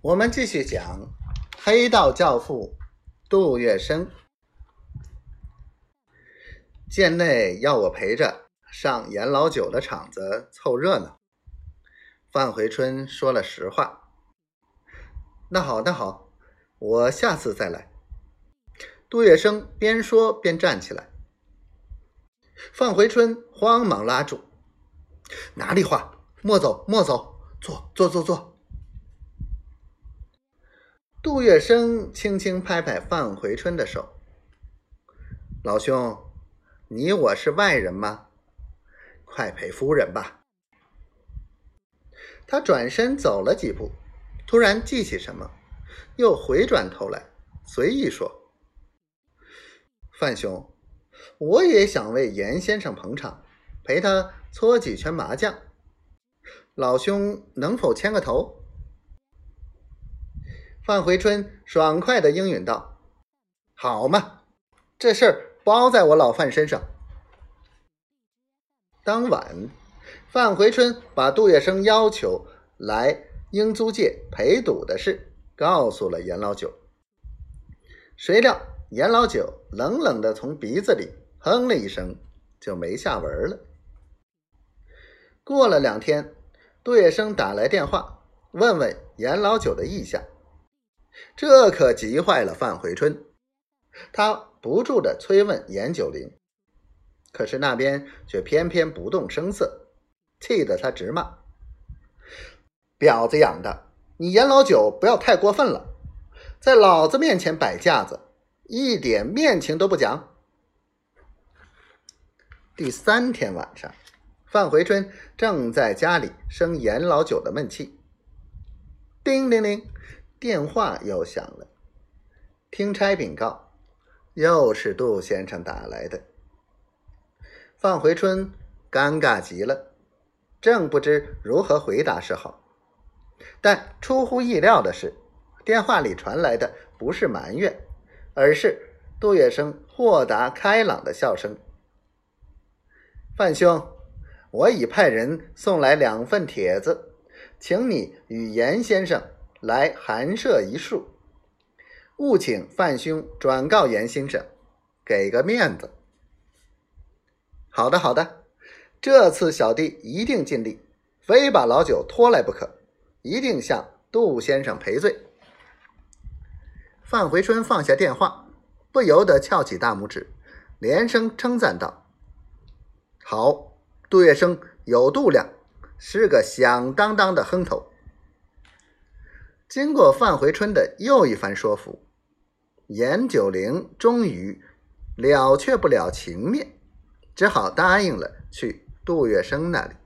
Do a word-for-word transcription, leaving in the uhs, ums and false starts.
我们继续讲黑道教父杜月笙。贱内要我陪着上严老九的场子凑热闹，范回春说了实话。那好那好，我下次再来。杜月笙边说边站起来。范回春慌忙拉住，哪里话，莫走莫走，坐坐坐坐。杜月笙轻轻拍拍范回春的手，老兄，你我是外人吗？快陪夫人吧。他转身走了几步，突然记起什么，又回转头来随意说，范兄，我也想为严先生捧场，陪他搓几圈麻将，老兄能否牵个头？范回春爽快地应允道，好嘛，这事儿包在我老范身上。当晚，范回春把杜月笙要求来英租界陪赌的事告诉了严老九。谁料严老九冷冷地从鼻子里哼了一声，就没下文了。过了两天，杜月笙打来电话，问问严老九的意向。这可急坏了范回春，他不住地催问严九龄，可是那边却偏偏不动声色，气得他直骂，婊子养的，你严老九不要太过分了，在老子面前摆架子，一点面情都不讲。第三天晚上，范回春正在家里生严老九的闷气，叮铃铃，电话又响了，听差禀告，又是杜先生打来的。范回春尴尬极了，正不知如何回答是好。但出乎意料的是，电话里传来的不是埋怨，而是杜月笙豁达开朗的笑声。范兄，我已派人送来两份帖子，请你与严先生来寒舍一叙，务请范兄转告严先生，给个面子。好的好的，这次小弟一定尽力，非把老九拖来不可，一定向杜先生赔罪。范回春放下电话，不由得翘起大拇指，连声称赞道，好，杜月笙有度量，是个响当当的哼头。经过范回春的又一番说服，严九龄终于了却不了情面，只好答应了去杜月笙那里。